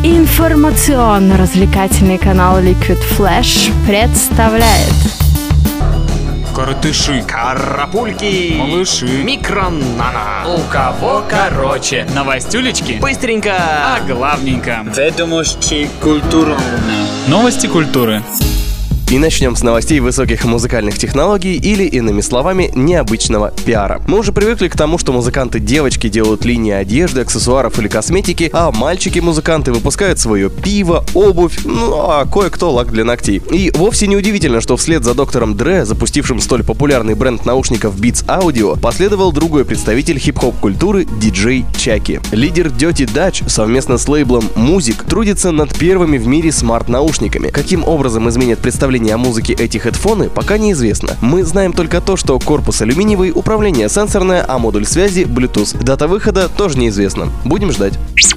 Информационно-развлекательный канал Liquid Flash представляет Коротыши, карапульки, малыши, микронано. у кого короче. Новостюлечки Быстренько, а главненько. Ведомости культуры. Новости культуры. И начнем с новостей высоких музыкальных технологий или, иными словами, необычного пиара. Мы уже привыкли к тому, что музыканты-девочки делают линии одежды, аксессуаров или косметики, а мальчики-музыканты выпускают свое пиво, обувь, а кое-кто лак для ногтей. И вовсе не удивительно, что вслед за доктором Dre, запустившим столь популярный бренд наушников Beats Audio, последовал другой представитель хип-хоп культуры DJ Chuckie. Лидер Dirty Dutch совместно с лейблом Music трудится над первыми в мире смарт-наушниками. Каким образом изменят представление о музыке эти хедфоны, пока неизвестно. Мы знаем только то, что корпус алюминиевый, управление сенсорное, а модуль связи Bluetooth. Дата выхода тоже неизвестна. Будем ждать.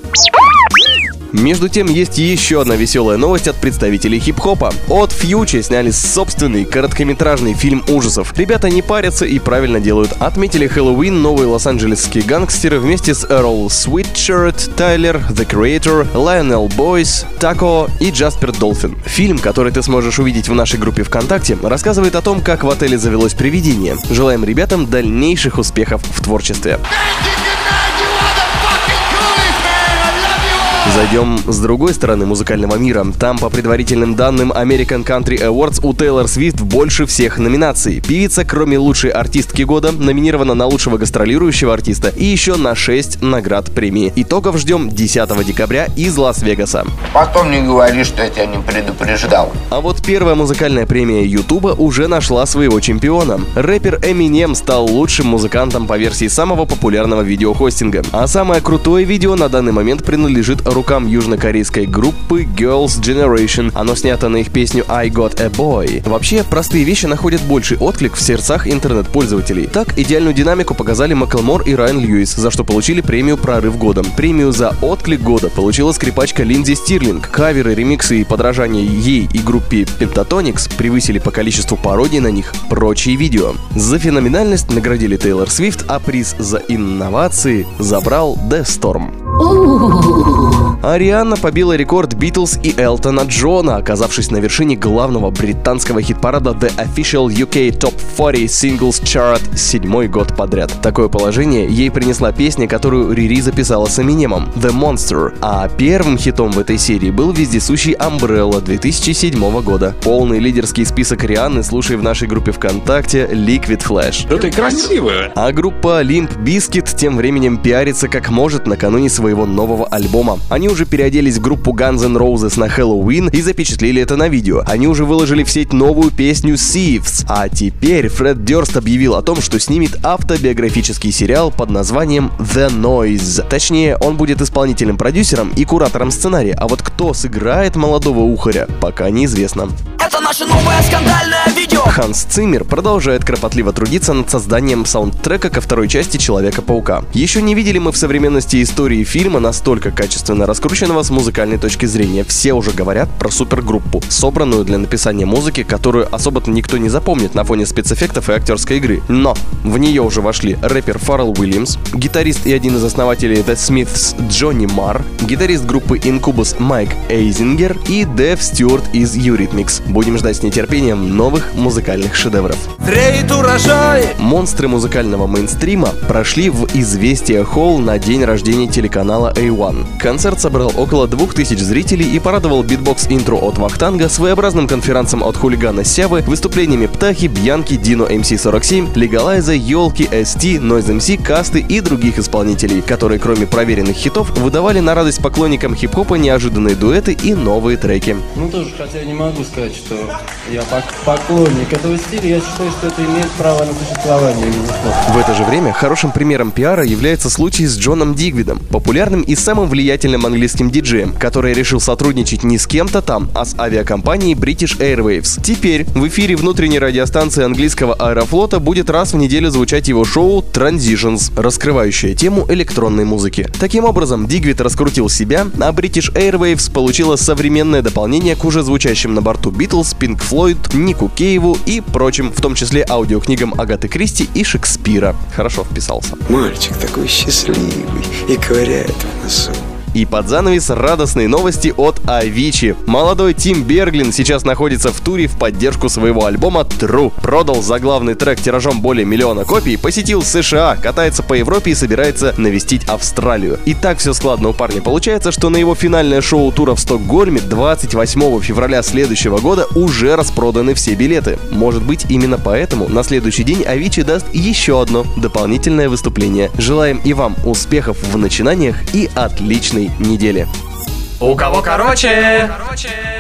Между тем, есть еще одна веселая новость от представителей хип-хопа. От Future сняли собственный короткометражный фильм ужасов. Ребята не парятся и правильно делают. Отметили Хэллоуин новые лос-анджелесские гангстеры вместе с Earl Sweatshirt, Tyler, The Creator, Lionel Boyce, Taco и Jasper Dolphin. Фильм, который ты сможешь увидеть в нашей группе ВКонтакте, рассказывает о том, как в отеле завелось привидение. Желаем ребятам дальнейших успехов в творчестве. Зайдем с другой стороны музыкального мира. Там, по предварительным данным American Country Awards, у Тейлор Свифт больше всех номинаций. Певица, кроме лучшей артистки года, номинирована на лучшего гастролирующего артиста и еще на 6 наград премии. Итогов ждем 10 декабря из Лас-Вегаса. Потом не говори, что я тебя не предупреждал. А вот первая музыкальная премия Ютуба уже нашла своего чемпиона. Рэпер Eminem стал лучшим музыкантом по версии самого популярного видеохостинга. А самое крутое видео на данный момент принадлежит рукам южнокорейской группы Girls' Generation. Оно снято на их песню I Got a Boy. Вообще, простые вещи находят больший отклик в сердцах интернет-пользователей. Так, идеальную динамику показали Маклмор и Райан Льюис, за что получили премию «Прорыв года». Премию за отклик года получила скрипачка Линдзи Стирлинг. Каверы, ремиксы и подражания ей и группе Pentatonix превысили по количеству пародий на них прочие видео. За феноменальность наградили Тейлор Свифт, а приз за инновации забрал The Storm. Ариана побила рекорд Битлз и Элтона Джона, оказавшись на вершине главного британского хит-парада The Official UK Top 40 Singles Chart 7-й год подряд. Такое положение ей принесла песня, которую Рири записала с Эминемом The Monster, а первым хитом в этой серии был вездесущий Umbrella 2007 года. Полный лидерский список Рианны слушай в нашей группе ВКонтакте Liquid Flash. Это красиво. А группа Limp Bizkit тем временем пиарится как может накануне своего нового альбома. Они уже переоделись в группу Guns N' Roses на Хэллоуин и запечатлели это на видео. Они уже выложили в сеть новую песню Thieves. А теперь Фред Дёрст объявил о том, что снимет автобиографический сериал под названием The Noise. Точнее, он будет исполнительным продюсером и куратором сценария, а вот кто сыграет молодого ухаря, пока неизвестно. Это наше новое скандальное видео. Ханс Циммер продолжает кропотливо трудиться над созданием саундтрека ко второй части Человека-паука. Еще не видели мы в современности истории фильма настолько качественно раскрученного с музыкальной точки зрения. Все уже говорят про супергруппу, собранную для написания музыки, которую особо-то никто не запомнит на фоне спецэффектов и актерской игры. Но в нее уже вошли рэпер Фаррелл Уильямс, гитарист и один из основателей The Smiths Джонни Марр, гитарист группы Incubus Майк Эйзингер и Дэв Стюарт из Eurythmics. Будем ждать с нетерпением новых музыкальных шедевров. Монстры музыкального мейнстрима прошли в Известия Холл на день рождения телеканала A1. Концерт собрал около 2000 зрителей и порадовал битбокс-интро от Вахтанга, своеобразным конферансом от хулигана Сявы, выступлениями Птахи, Бьянки, Дино MC47, Легалайза, Ёлки, ST, Noise MC, Касты и других исполнителей, которые кроме проверенных хитов выдавали на радость поклонникам хип-хопа неожиданные дуэты и новые треки. Тоже, хотя я не могу сказать, что я поклонник этого стиля, я считаю, что это имеет право на существование. В это же время хорошим примером пиара является случай с Джоном Дигвидом, популярным и самым влиятельным английским диджеем, который решил сотрудничать не с кем-то там, а с авиакомпанией British Airways. Теперь в эфире внутренней радиостанции английского аэрофлота будет раз в неделю звучать его шоу Transitions, раскрывающее тему электронной музыки. Таким образом, Дигвид раскрутил себя, а British Airways получила современное дополнение к уже звучащим на борту Beatles, Pink Floyd, Нику Кейву и прочим, в том числе аудиокнигам Агаты Кристи и Шекспира. Хорошо вписался. Мальчик такой счастливый и ковыряет в носу. И под занавес радостные новости от Avicii. Молодой Тим Берглин сейчас находится в туре в поддержку своего альбома True. Продал заглавный трек тиражом более 1 миллиона копий, посетил США, катается по Европе и собирается навестить Австралию. И так все складно у парня получается, что на его финальное шоу тура в Стокгольме 28 февраля следующего года уже распроданы все билеты. Может быть, именно поэтому на следующий день Avicii даст еще одно дополнительное выступление. Желаем и вам успехов в начинаниях и отличной недели. У кого короче?